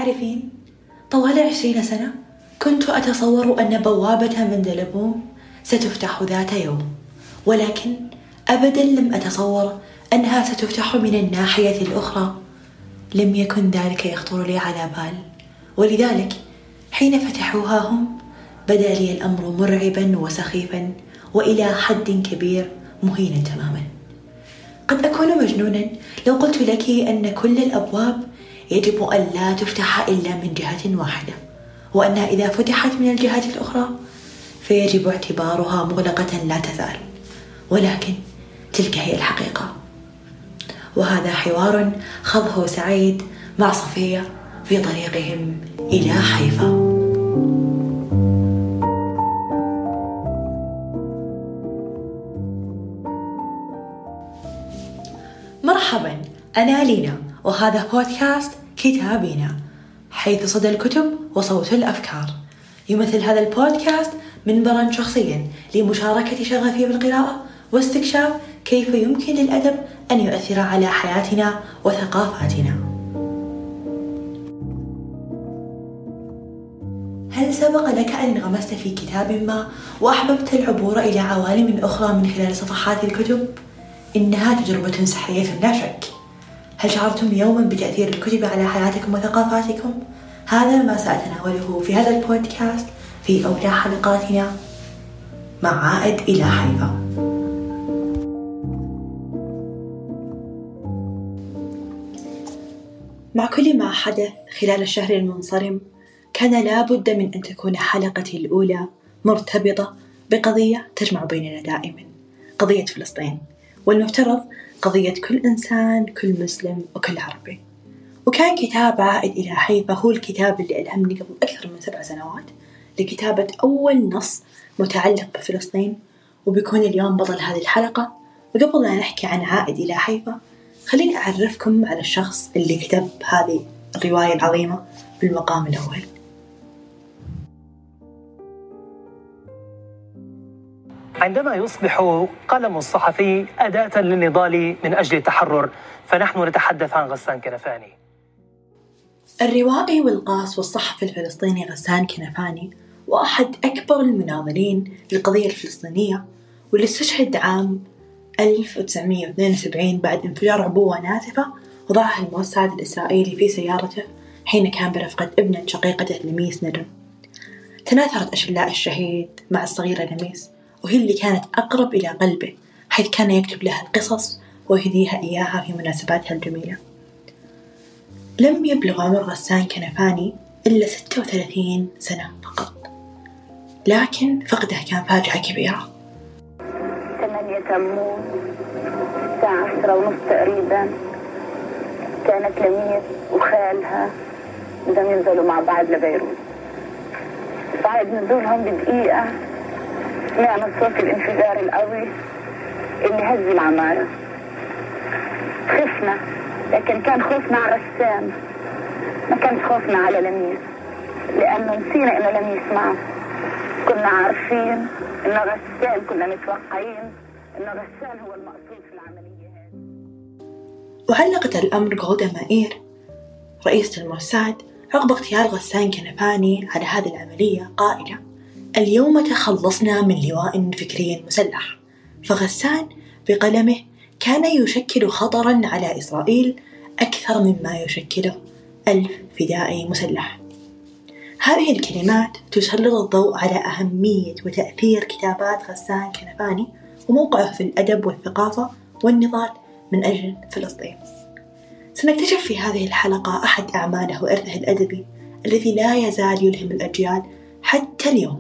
تعرفين، طوال 20 سنة كنت أتصور أن بوابة مندلبوم ستفتح ذات يوم، ولكن أبدا لم أتصور أنها ستفتح من الناحية الأخرى. لم يكن ذلك يخطر لي على بال، ولذلك حين فتحوها هم بدا لي الأمر مرعبا وسخيفا وإلى حد كبير مهينا تماما. قد أكون مجنونا لو قلت لك أن كل الأبواب يجب أن لا تفتح إلا من جهة واحدة، وأنها إذا فتحت من الجهة الأخرى فيجب اعتبارها مغلقة لا تزال، ولكن تلك هي الحقيقة. وهذا حوار خضه سعيد مع صفية في طريقهم إلى حيفا. مرحبا، أنا لينا، وهذا بودكاست كتابينا، حيث صدى الكتب وصوت الأفكار. يمثل هذا البودكاست منبرا شخصيا لمشاركة شغفي بالقراءة واستكشاف كيف يمكن للأدب أن يؤثر على حياتنا وثقافاتنا. هل سبق لك أن انغمست في كتاب ما وأحببت العبور إلى عوالم أخرى من خلال صفحات الكتب؟ إنها تجربة سحرية لا شك. هل شعرتم يوما بتأثير الكتب على حياتكم وثقافاتكم؟ هذا ما سأتناوله في هذا البودكاست في أولى حلقاتنا مع عائد إلى حيفا. مع كل ما حدث خلال الشهر المنصرم كان لا بد من أن تكون حلقتي الأولى مرتبطة بقضية تجمع بيننا دائما، قضية فلسطين، والمفترض قضية كل إنسان، كل مسلم وكل عربي. وكان كتاب عائد إلى حيفا هو الكتاب اللي ألهمني قبل أكثر من 7 سنوات لكتابة أول نص متعلق بفلسطين، وبيكون اليوم بطل هذه الحلقة. وقبل لا نحكي عن عائد إلى حيفا خليني أعرفكم على الشخص اللي كتب هذه الرواية العظيمة بالمقام الأول. عندما يصبح قلم الصحفي أداة للنضال من أجل التحرر، فنحن نتحدث عن غسان كنفاني. الروائي والقاص والصحفي الفلسطيني غسان كنفاني وأحد أكبر المناضلين للقضية الفلسطينية، واللي استشهد عام 1972 بعد انفجار عبوة ناسفة وضعها الموساد الإسرائيلي في سيارته حين كان برفقة ابنة شقيقته لميس ندم. تناثرت أشلاء الشهيد مع الصغيرة لميس، وهي اللي كانت أقرب إلى قلبه، حيث كان يكتب لها القصص ويهديها إياها في مناسباتها الجميلة. لم يبلغ عمر غسان كنفاني إلا 36 سنة فقط، لكن فقده كان فاجعة كبيرة. 8 تموز الساعة 10:30 تقريبا كانت لميس وخالها بدهم ينزلوا مع بعض لبيروت. بعد نزولهم بدقيقة سمعنا صوت الانفجار القوي اللي هز العمارة. خفنا، لكن كان خوفنا على غسان، ما كان خوفنا على لميس، لأنه نسينا إنه لميس معه. كنا عارفين إنه غسان، كنا متوقعين إنه غسان هو المقصود في العملية هذه. وعلقت الأمر غولدا مائير رئيسة الموساد عقب اغتيال غسان كنفاني على هذه العملية قائلة: اليوم تخلصنا من لواء فكري مسلح. فغسان بقلمه كان يشكل خطراً على إسرائيل أكثر مما يشكله 1000 فدائي مسلح. هذه الكلمات تسلط الضوء على أهمية وتأثير كتابات غسان كنفاني وموقعه في الأدب والثقافة والنضال من أجل فلسطين. سنكتشف في هذه الحلقة أحد أعماله وإرثه الأدبي الذي لا يزال يلهم الأجيال حتى اليوم.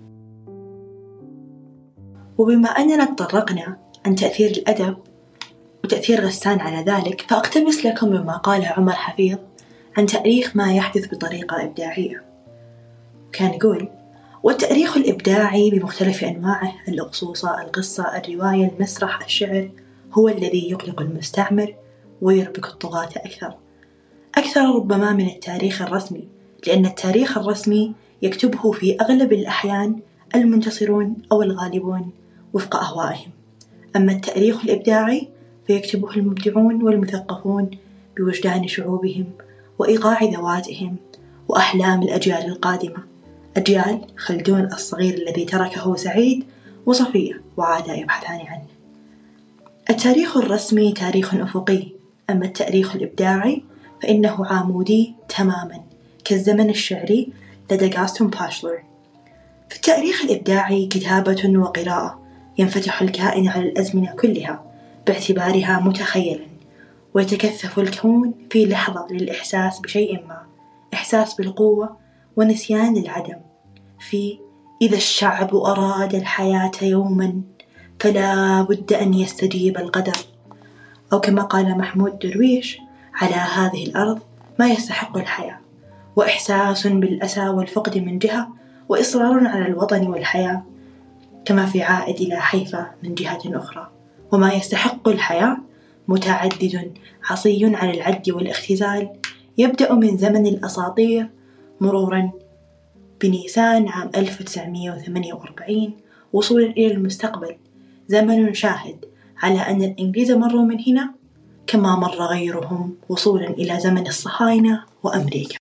وبما أننا تطرقنا عن تأثير الأدب وتأثير غسان على ذلك، فأقتبس لكم مما قاله عمر حفيظ عن تأريخ ما يحدث بطريقة إبداعية. كان يقول: والتأريخ الإبداعي بمختلف أنواعه، الأقصوصة، القصة، الرواية، المسرح، الشعر، هو الذي يقلق المستعمر ويربك الطغاة أكثر ربما من التاريخ الرسمي، لأن التاريخ الرسمي يكتبه في أغلب الأحيان المنتصرون أو الغالبون وفق أهوائهم، أما التاريخ الإبداعي فيكتبه المبدعون والمثقفون بوجدان شعوبهم وإيقاع ذواتهم وأحلام الأجيال القادمة، أجيال خلدون الصغير الذي تركه سعيد وصفية وعادا يبحثان عنه. التاريخ الرسمي تاريخ أفقي، أما التاريخ الإبداعي فإنه عمودي تماماً كالزمن الشعري لدى غاستون باشلر. في التاريخ الإبداعي كتابة وقراءة، ينفتح الكائن على الأزمنة كلها باعتبارها متخيلاً، ويتكثف الكون في لحظة للإحساس بشيء ما، إحساس بالقوة ونسيان العدم. في إذا الشعب أراد الحياة يوماً فلا بد أن يستجيب القدر، أو كما قال محمود درويش: على هذه الأرض ما يستحق الحياة، وإحساس بالأسى والفقد من جهة، وإصرار على الوطن والحياة، كما في عائد إلى حيفا من جهة أخرى. وما يستحق الحياة متعدد عصي على العد والاختزال، يبدأ من زمن الأساطير مرورا بنيسان عام 1948 وصولا إلى المستقبل، زمن شاهد على أن الإنجليز مروا من هنا كما مر غيرهم وصولا إلى زمن الصهاينة وأمريكا.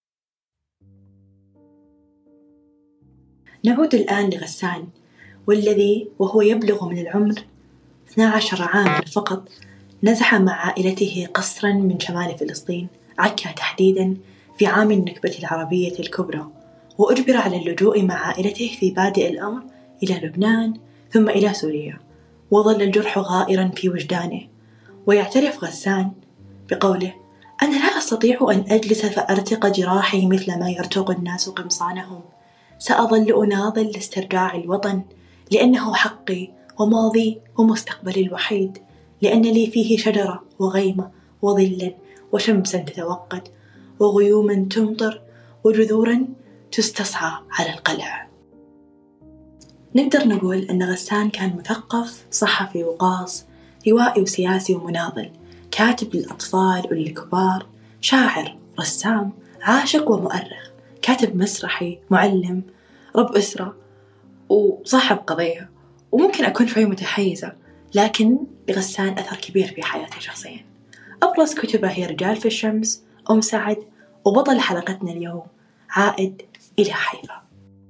نعود الآن لغسان، والذي وهو يبلغ من العمر 12 عاما فقط نزح مع عائلته قصرا من شمال فلسطين، عكا تحديدا، في عام النكبة العربية الكبرى، وأجبر على اللجوء مع عائلته في بادئ الأمر إلى لبنان ثم إلى سوريا، وظل الجرح غائرا في وجدانه. ويعترف غسان بقوله: أنا لا أستطيع أن أجلس فأرتق جراحي مثل ما يرتق الناس قمصانهم، سأظل أناضل لاسترجاع الوطن، لأنه حقي وماضي ومستقبلي الوحيد، لأن لي فيه شجرة وغيمة وظلا وشمسا تتوقد وغيوما تمطر وجذورا تستصعى على القلع. نقدر نقول أن غسان كان مثقف، صحفي وقاص، روائي وسياسي ومناضل، كاتب للأطفال وللكبار، شاعر، رسام، عاشق ومؤرخ، كاتب مسرحي، معلم، رب أسرة، وصاحب قضية. وممكن أكون شوي متحيزة، لكن لغسان أثر كبير في حياتي شخصيا. أبرز كتبه هي رجال في الشمس، أم سعد، وبطل حلقتنا اليوم عائد إلى حيفا.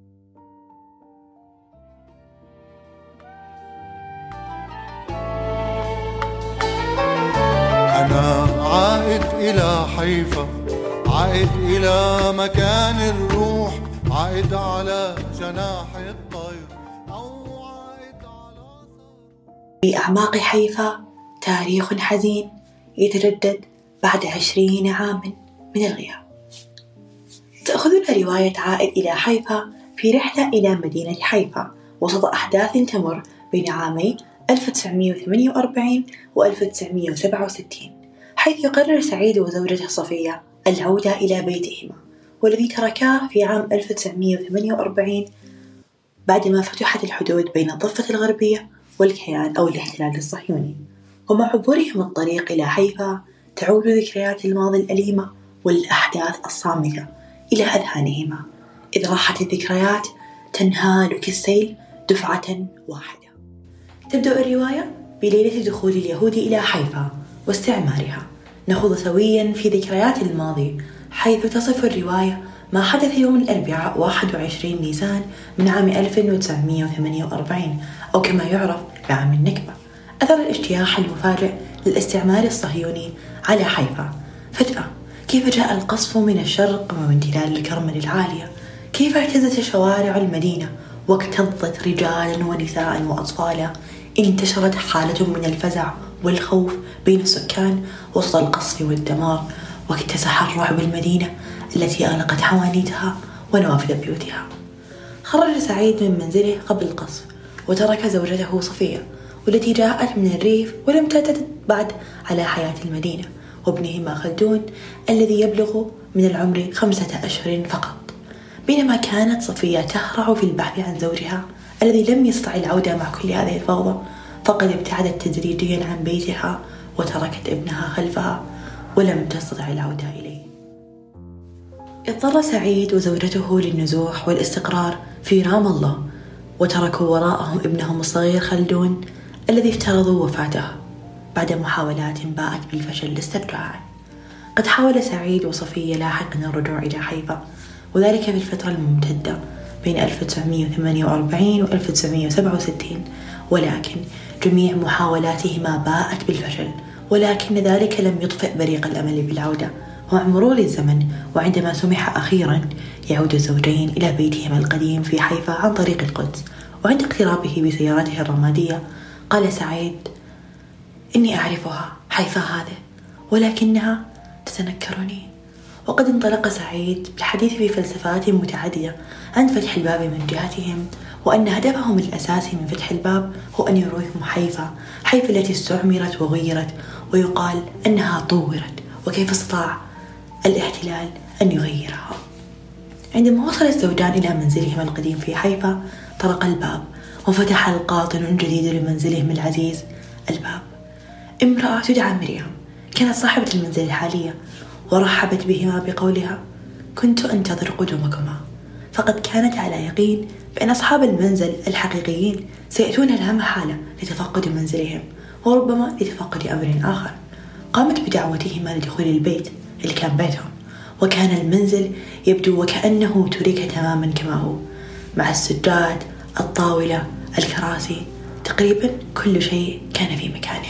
أنا عائد إلى حيفا، عائد إلى مكان الروح، عائد على جناح الطير، أو عائد على في أعماق حيفا تاريخ حزين يتجدد بعد 20 عاما من الغياب. تأخذنا رواية عائد إلى حيفا في رحلة إلى مدينة حيفا وسط أحداث تمر بين عامي 1948 و 1967، حيث يقرر سعيد وزوجته صفية العودة إلى بيتهما والذي تركاه في عام 1948 بعدما فتحت الحدود بين الضفة الغربية والكيان أو الاحتلال الصهيوني. ومع عبورهم الطريق إلى حيفا تعود ذكريات الماضي الأليمة والأحداث الصامتة إلى أذهانهما، إذ راحت الذكريات تنهال كالسيل دفعة واحدة. تبدأ الرواية بليلة دخول اليهود إلى حيفا واستعمارها. نخوض سويا في ذكريات الماضي، حيث تصف الرواية ما حدث يوم الأربعاء 21 نيسان من عام 1948 أو كما يعرف بعام النكبة، أثر الاجتياح المفاجئ للاستعمار الصهيوني على حيفا. فجأة كيف جاء القصف من الشرق ومن تلال الكرمل العالية، كيف اهتزت شوارع المدينة واكتظت رجالا ونساء وأطفالا، انتشرت حالة من الفزع والخوف بين السكان وسط القصف والدمار، واكتسح الرعب المدينة التي أغلقت حوانيتها ونوافذ بيوتها. خرج سعيد من منزله قبل القصف وترك زوجته صفية والتي جاءت من الريف ولم تعتد بعد على حياة المدينة، وابنهما خلدون الذي يبلغ من العمر 5 أشهر فقط. بينما كانت صفية تهرع في البحث عن زوجها الذي لم يستطع العودة مع كل هذه الفوضى، فقد ابتعدت تدريجيا عن بيتها وتركت ابنها خلفها ولم تستطع العودة إليه. اضطر سعيد وزوجته للنزوح والاستقرار في رام الله، وتركوا وراءهم ابنهم الصغير خلدون الذي افترضوا وفاته بعد محاولات باءت بالفشل لاسترجاعه. قد حاول سعيد وصفية لاحقا الرجوع إلى حيفا، وذلك في الفترة الممتدة بين 1948 و 1967، ولكن جميع محاولاتهما باءت بالفشل، ولكن ذلك لم يطفئ بريق الأمل بالعودة. ومع مرور الزمن وعندما سمح أخيرا يعود الزوجين إلى بيتهما القديم في حيفا عن طريق القدس، وعند اقترابه بسيارته الرمادية قال سعيد: إني أعرفها حيفا هذه، ولكنها تتنكرني. وقد انطلق سعيد بالحديث في فلسفات متعددة عن فتح الباب من جهتهم، وأن هدفهم الأساسي من فتح الباب هو أن يروهم حيفا التي استعمرت وغيرت، ويقال أنها طورت، وكيف استطاع الاحتلال أن يغيرها. عندما وصل الزوجان إلى منزلهما القديم في حيفا طرق الباب، وفتح القاطن جديد لمنزلهم العزيز الباب. امرأة تدعى مريم كانت صاحبة المنزل الحالية، ورحبت بهما بقولها: كنت أنتظر قدومكما. فقد كانت على يقين بأن أصحاب المنزل الحقيقيين سيأتون لا محالة لتفقد منزلهم، وربما لتفقد أمر آخر. قامت بدعوتهما لدخول البيت اللي كان بيتهم، وكان المنزل يبدو وكأنه ترك تماما كما هو، مع السجاد، الطاولة، الكراسي، تقريبا كل شيء كان في مكانه.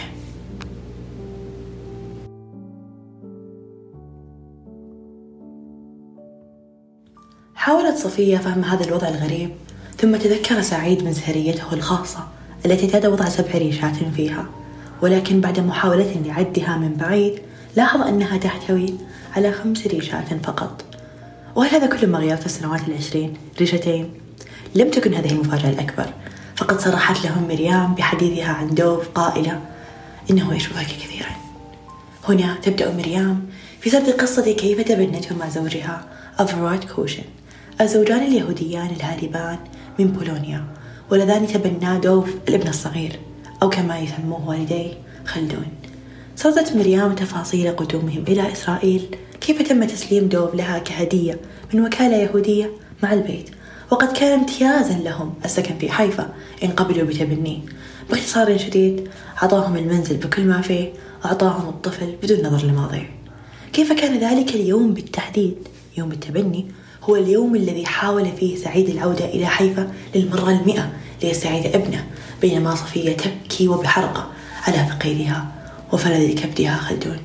حاولت صفية فهم هذا الوضع الغريب، ثم تذكر سعيد من سهريته الخاصة التي اعتاد وضع 7 ريشات فيها، ولكن بعد محاولة لعدها من بعيد لاحظ أنها تحتوي على 5 ريشات فقط. وهل هذا كل ما غير في السنوات 20 ريشتين؟ لم تكن هذه المفاجأة الأكبر، فقد صرحت لهم مريم بحديثها عن دوف قائلة: إنه يشبهك كثيرا. هنا تبدأ مريم في سرد قصة كيف تبنته مع زوجها أفراد كوشن، الزوجان اليهوديان الهاربان من بولونيا، واللذان تبنى دوف الابن الصغير، أو كما يسموه والديه خلدون. سردت مريم تفاصيل قدومهم إلى إسرائيل، كيف تم تسليم دوف لها كهدية من وكالة يهودية مع البيت، وقد كان امتيازا لهم السكن في حيفا إن قبلوا بتبنيه. باختصار شديد أعطاهم المنزل بكل ما فيه، وأعطاهم الطفل بدون نظر لماضيه. كيف كان ذلك اليوم بالتحديد، يوم التبني، هو اليوم الذي حاول فيه سعيد العودة إلى حيفا للمرة 100 ليستعيد ابنه، بينما صفية تبكي وبحرقة على فقيدها وفلذ كبدها خلدون.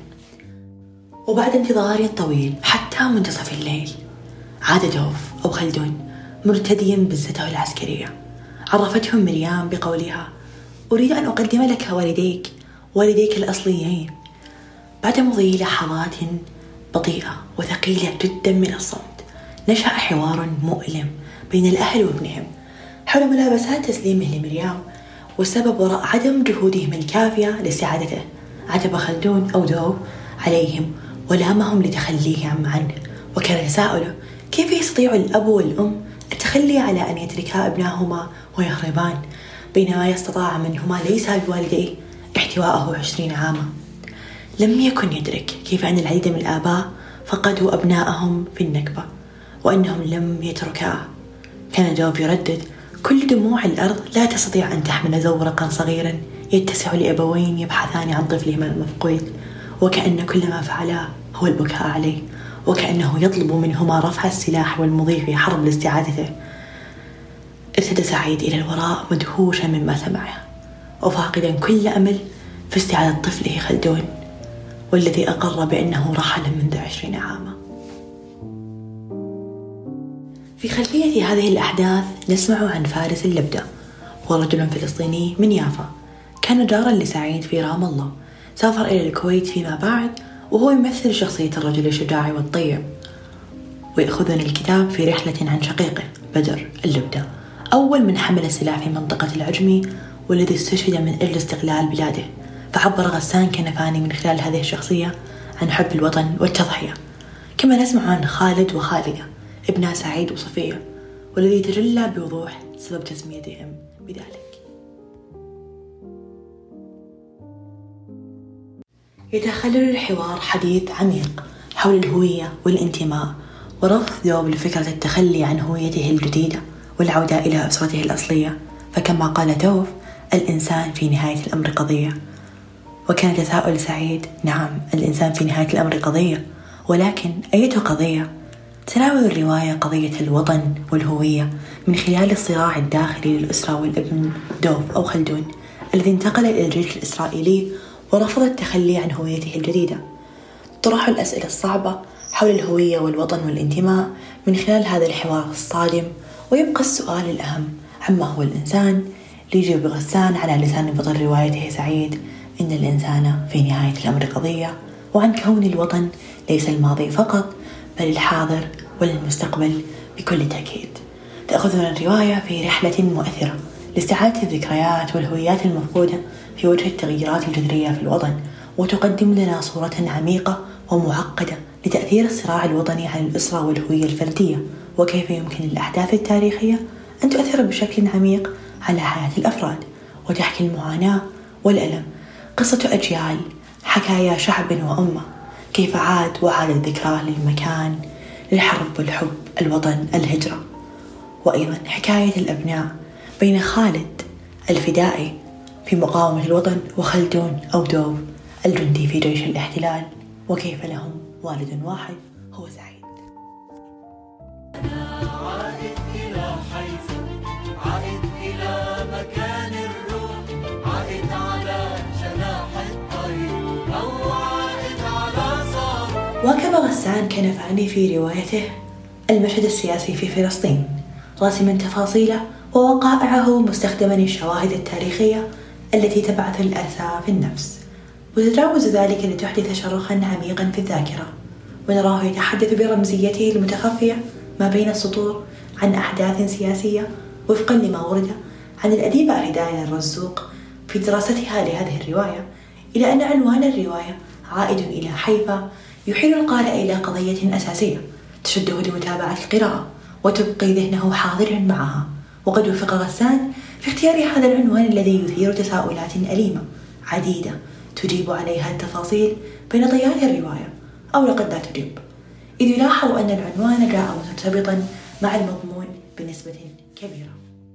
وبعد انتظار طويل حتى منتصف الليل عاد دوف أو خلدون مرتديا بالزته العسكرية. عرفتهم مريم بقولها: أريد أن أقدم لك والديك الأصليين. بعد مضي لحظات بطيئة وثقيلة جدا من الصمت، نشأ حوار مؤلم بين الأهل وابنهم حول ملابسات تسليمه لمريم والسبب وراء عدم جهودهم الكافية لاستعادته. عتب خلدون أو دوف عليهم ولامهم لتخليه عنه، وكان تساؤله: كيف يستطيع الأب والأم التخلي على أن يتركا ابناهما ويهربان، بينما يستطاع منهما ليس بوالديه احتواءه 20 عاما؟ لم يكن يدرك كيف أن العديد من الآباء فقدوا أبنائهم في النكبة، وأنهم لم يتركاه. كان دوف يردد: كل دموع الأرض لا تستطيع أن تحمل زورقا صغيرا يتسع لأبوين يبحثان عن طفلهما المفقود، وكأن كل ما فعلاه هو البكاء عليه، وكأنه يطلب منهما رفع السلاح والمضي في حرب لاستعادته. ارتد سعيد إلى الوراء مدهوشا مما سمعه، وفاقدا كل أمل في استعادة طفله خلدون، والذي أقر بأنه رحل منذ 20 عاما. في خلفية هذه الأحداث نسمع عن فارس اللبدة، ورجل فلسطيني من يافا كان جارا لسعيد في رام الله، سافر إلى الكويت فيما بعد، وهو يمثل شخصية الرجل الشجاع والطيب. ويأخذنا الكتاب في رحلة عن شقيقه بدر اللبدة، أول من حمل السلاح في منطقة العجمي، والذي استشهد من أجل استقلال بلاده. فعبر غسان كنفاني من خلال هذه الشخصية عن حب الوطن والتضحية. كما نسمع عن خالد وخالدة ابنا سعيد وصفية، والذي تجلى بوضوح سبب تسميتهم بذلك. يتخلل الحوار حديث عميق حول الهوية والانتماء، ورفض دوف لفكرة التخلي عن هويته الجديدة والعودة إلى أسرته الأصلية. فكما قال دوف: الإنسان في نهاية الأمر قضية، وكان تساؤل سعيد: نعم، الإنسان في نهاية الأمر قضية، ولكن أية قضية؟ تناول الرواية قضية الوطن والهوية من خلال الصراع الداخلي للأسرة والابن دوف أو خلدون الذي انتقل إلى الجيش الإسرائيلي ورفض التخلي عن هويته الجديدة. طرح الأسئلة الصعبة حول الهوية والوطن والانتماء من خلال هذا الحوار الصادم، ويبقى السؤال الأهم: عما هو الإنسان؟ ليجيب غسان على لسان بطل روايته سعيد إن الإنسان في نهاية الأمر قضية، وعن كون الوطن ليس الماضي فقط بل الحاضر والمستقبل بكل تأكيد. تأخذنا الرواية في رحلة مؤثرة لاستعادة الذكريات والهويات المفقودة في وجه التغييرات الجذرية في الوطن، وتقدم لنا صورة عميقة ومعقدة لتأثير الصراع الوطني على الأسرة والهوية الفردية، وكيف يمكن الأحداث التاريخية أن تؤثر بشكل عميق على حياة الأفراد وتحكي المعاناة والألم. قصة أجيال، حكايا شعب وأمة، كيف عاد الذكرى للمكان، للحرب والحب، الوطن، الهجرة. وأيضا حكاية الأبناء بين خالد الفدائي في مقاومة الوطن وخلدون أو دوف الجندي في جيش الاحتلال، وكيف لهم والد واحد هو سعيد. أنا عائد إلى حيفا، عائد إلى مكان الروح، عائد على جناح الطير أو عائد على صار. واكب غسان كنفاني في روايته المشهد السياسي في فلسطين، راسما تفاصيله ووقائعه مستخدما الشواهد التاريخية التي تبعث الأسى في النفس، وتجاوز ذلك لتحدث شرخا عميقا في الذاكرة، ونراه يتحدث برمزيته المتخفية ما بين السطور عن أحداث سياسية وفقا لما ورد عن الأديبة هداية الرزوق في دراستها لهذه الرواية، إلى أن عنوان الرواية عائد إلى حيفا يحيل القارئ إلى قضية أساسية تشده لمتابعة القراءة وتبقي ذهنه حاضرا معها. وقد وفق غسان في اختيار هذا العنوان الذي يثير تساؤلات أليمة عديدة تجيب عليها التفاصيل بين ضياع الرواية، أو لقد لا تجيب، إذ يلاحظ أن العنوان جاء مرتبطا مع المضمون بنسبة كبيرة.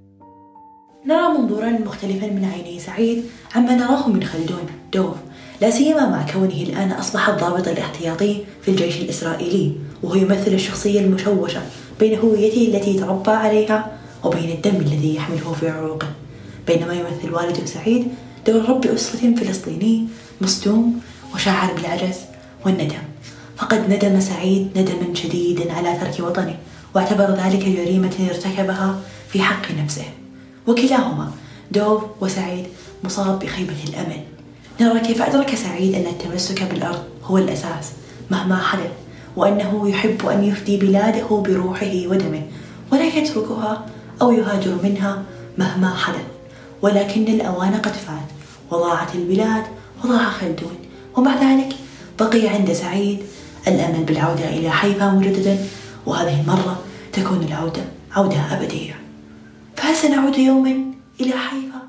نرى منظورا مختلفا من عيني سعيد عما نراه من خلدون دوف، لا سيما مع كونه الآن أصبح الضابط الاحتياطي في الجيش الإسرائيلي، وهو يمثل الشخصية المشوشة بين هويته التي تربى عليها وبين الدم الذي يحمله في عروقه، بينما يمثل والد سعيد دور رب أسرة فلسطيني مصدوم وشاعر بالعجز والندم. فقد ندم سعيد ندما شديدا على ترك وطنه، واعتبر ذلك جريمة ارتكبها في حق نفسه. وكلاهما دوف وسعيد مصاب بخيبة الأمل. نرى كيف أدرك سعيد أن التمسك بالأرض هو الأساس مهما حدث، وأنه يحب أن يفدي بلاده بروحه ودمه ولا يتركها أو يهاجر منها مهما حدث. ولكن الأوان قد فات وضاعت البلاد وضاع خلدون، ومع ذلك بقي عند سعيد الأمل بالعودة إلى حيفا مجددا، وهذه المرة تكون العودة عودة أبدية. فهل سنعود يوما إلى حيفا؟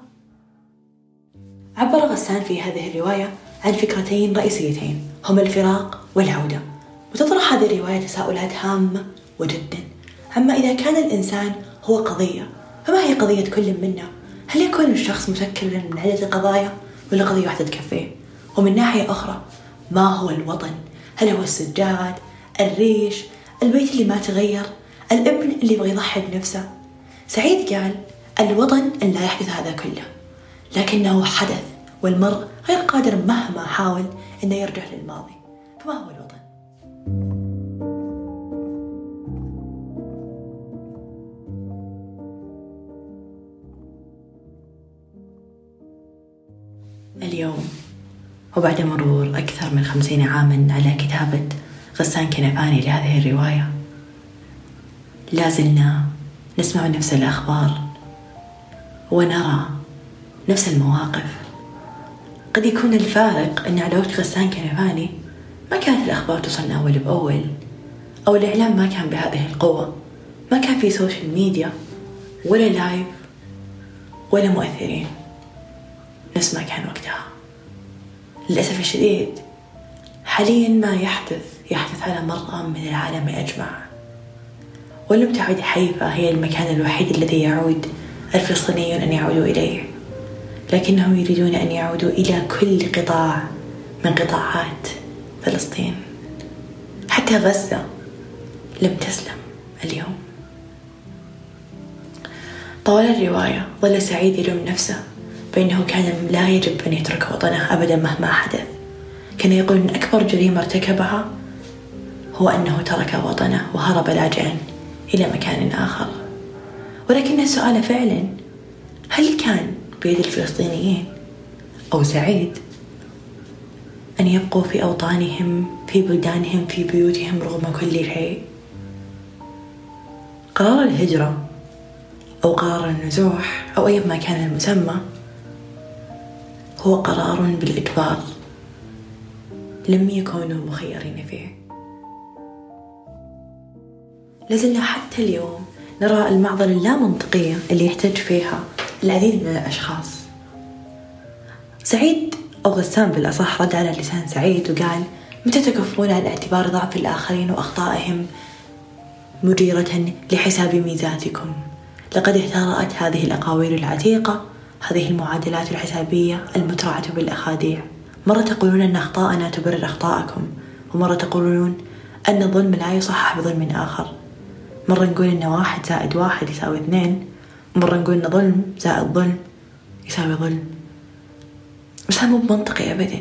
عبر غسان في هذه الرواية عن فكرتين رئيسيتين هما الفراق والعودة، وتطرح هذه الرواية تساؤلات هامة وجدا عما إذا كان الإنسان هو قضية، فما هي قضية كل منا؟ هل يكون الشخص مشكلا من عدة قضايا ولا قضية واحدة تكفيه؟ ومن ناحية أخرى ما هو الوطن؟ هل هو السجاد، الريش، البيت اللي ما تغير، الابن اللي يبغى يضحي بنفسه؟ سعيد قال الوطن أن لا يحدث هذا كله، لكنه حدث، والمرء غير قادر مهما حاول أنه يرجع للماضي. فما هو الوطن؟ اليوم وبعد مرور أكثر من 50 عاما على كتابة غسان كنفاني لهذه الرواية، لازلنا نسمع نفس الأخبار ونرى نفس المواقف. قد يكون الفارق أن على وجه غسان كنفاني ما كانت الأخبار توصلنا أول بأول، أو الإعلام ما كان بهذه القوة، ما كان في سوشيال ميديا ولا لايف ولا مؤثرين نفس ما كان وقتها. للأسف الشديد حاليا ما يحدث على مرأى من العالم أجمع، ولم تعد حيفا هي المكان الوحيد الذي يعود الفلسطينيون أن يعودوا إليه. لكنهم يريدون أن يعودوا إلى كل قطاع من قطاعات فلسطين. حتى غزة لم تسلم اليوم. طوال الرواية ظل سعيد يلوم نفسه بأنه كان لا يجب أن يترك وطنه أبدا مهما حدث. كان يقول أن أكبر جريمة ارتكبها هو أنه ترك وطنه وهرب لاجئا إلى مكان آخر. ولكن السؤال فعلا، هل كان بيد الفلسطينيين أو سعيد أن يبقوا في أوطانهم، في بلدانهم، في بيوتهم رغم كل شيء؟ قرار الهجرة أو قرار النزوح أو أي ما كان المسمى هو قرار بالإجبار، لم يكونوا مخيرين فيه. لازلنا حتى اليوم نرى المعضلة اللامنطقية اللي يحتاج فيها العديد من الأشخاص. سعيد أو غسان بالأصح رد على لسان سعيد وقال: متى تكفون عن اعتبار ضعف الآخرين وأخطائهم مجيرة لحساب ميزاتكم؟ لقد اهترأت هذه الأقاويل العتيقة، هذه المعادلات الحسابية المترعة بالأخاديع. مرة تقولون أن أخطاءنا تبرر أخطاءكم، ومرة تقولون أن الظلم لا يصحح بظلم آخر. مرة نقول أن 1 زائد 1 يساوي 2، ومرة نقول أن ظلم زائد ظلم يساوي ظلم. بس هذا مو بمنطقي أبدا.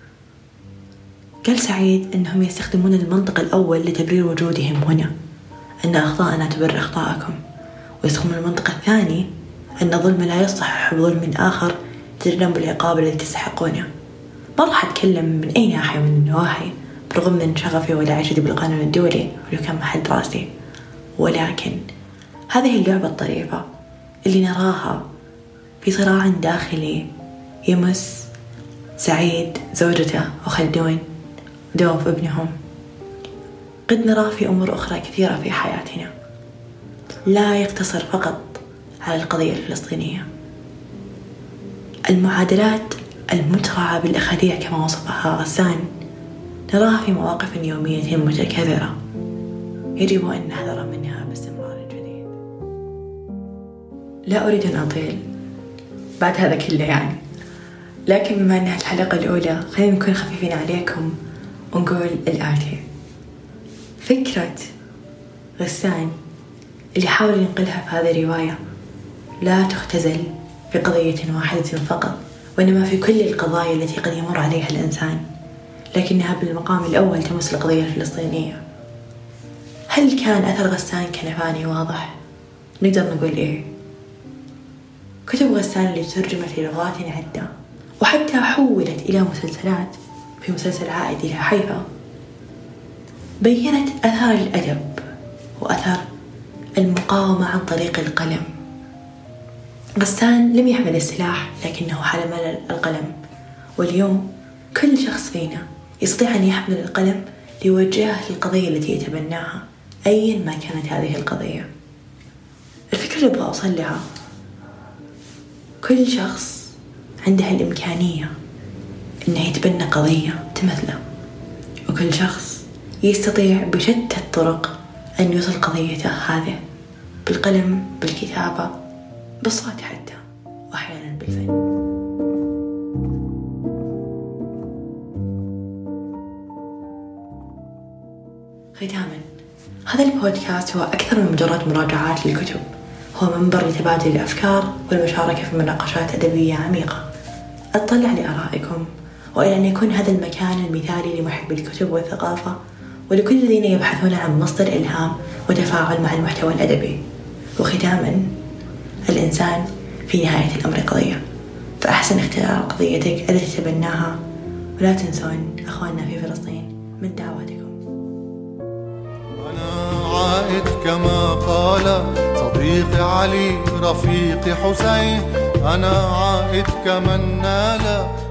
قال سعيد أنهم يستخدمون المنطق الأول لتبرير وجودهم هنا، أن أخطاءنا تبرر أخطاءكم، ويستخدمون المنطق الثاني أن الظلم لا يصحح بظلم آخر تجنب العقاب الذي تستحقونه. ما راح أتكلم من أي ناحية من النواحي برغم من شغفي ودعايتي بالقانون الدولي ولو كان محل راسي، ولكن هذه اللعبة الطريفة اللي نراها في صراع داخلي يمس سعيد، زوجته، وخلدون، دوف ابنهم، قد نراه في أمور أخرى كثيرة في حياتنا، لا يقتصر فقط على القضية الفلسطينية. المعادلات المترعة بالأخاديع كما وصفها غسان نراها في مواقف يومية متكررة يجب أن نحذر منها باستمرار جديد. لا أريد أن أطيل بعد هذا كله يعني، لكن بما أنها الحلقة الأولى خلينا نكون خفيفين عليكم ونقول الآتي. فكرة غسان اللي حاول ينقلها في هذه الرواية لا تختزل في قضية واحدة فقط، وإنما في كل القضايا التي قد يمر عليها الإنسان، لكنها بالمقام الأول تمس القضية الفلسطينية. هل كان أثر غسان كنفاني واضح؟ نقدر نقول إيه. كتب غسان اللي ترجمت للغات عدة وحتى حولت إلى مسلسلات، في مسلسل عائد إلى حيفا بيّنت أثر الأدب وأثر المقاومة عن طريق القلم. غسان لم يحمل السلاح لكنه حمل القلم، واليوم كل شخص فينا يستطيع أن يحمل القلم ليوجهه للقضية التي يتبناها أيا ما كانت هذه القضية. الفكرة اللي أبغى أوصل لها، كل شخص عنده الإمكانية أنه يتبنى قضية تمثله، وكل شخص يستطيع بشتى الطرق أن يوصل قضيته هذه، بالقلم، بالكتابة، بالصوت حتى، وأحيانا بالفن. ختاما، هذا البودكاست هو أكثر من مجرد مراجعات للكتب، هو منبر لتبادل الأفكار والمشاركة في مناقشات أدبية عميقة. أطلع لآرائكم، وإلى أن يكون هذا المكان المثالي لمحبي الكتب والثقافة ولكل الذين يبحثون عن مصدر إلهام وتفاعل مع المحتوى الأدبي. وختاما، الإنسان في نهاية الأمر قضية، فأحسن اختيار قضيتك التي تتبناها، ولا تنسون أخواننا في فلسطين من دعواتكم. أنا عائد كما قال صديقي علي رفيقي حسين، أنا عائد كمن نال